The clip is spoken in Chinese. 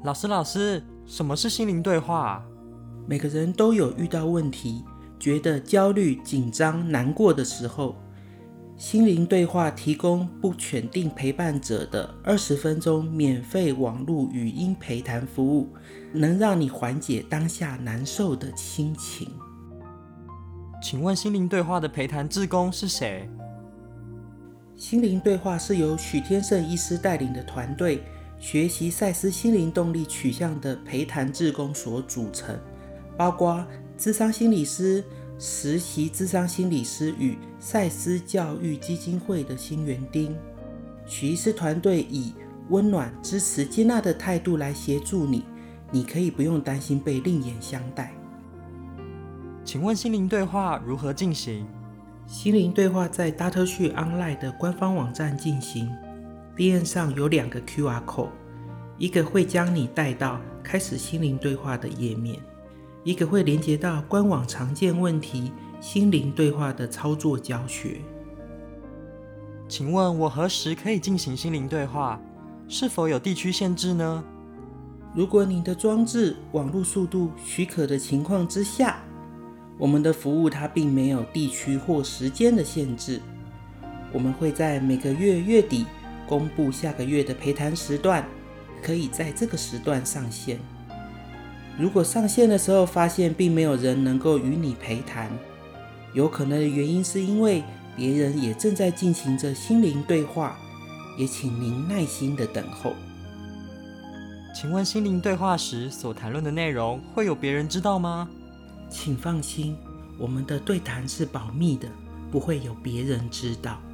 老师，什么是心灵对话啊？ 每个人都有遇到问题，觉得焦虑、紧张、难过的时候。心灵对话提供不选定陪伴者的20分钟免费网络语音陪谈服务，能让你缓解当下难受的心情。 请问心灵对话的陪谈志工是谁？ 心灵对话是由许天胜医师带领的团队，学习赛斯心灵动力取向的陪谈志工所组成，包括諮商心理师、实习諮商心理师与赛斯教育基金会的新园丁。许医师团队以温暖、支持、接纳的态度来协助你，你可以不用担心被另眼相待。 请问心灵对话如何进行？ 心灵对话在 Dr.She Online 的官方网站进行，页面上有2个 QR code， 一个会将你带到开始心灵对话的页面，一个会连接到官网常见问题心灵对话的操作教学。 请问我何时可以进行心灵对话？是否有地区限制呢？ 如果你的装置网络速度许可的情况之下，我们的服务它并没有地区或时间的限制。我们会在每个月月底公布下个月的陪谈时段，可以在这个时段上线。如果上线的时候发现并没有人能够与你陪谈，有可能的原因是因为别人也正在进行着心灵对话，也请您耐心的等候。 请问心灵对话时所谈论的内容会有别人知道吗？ 请放心，我们的对谈是保密的，不会有别人知道。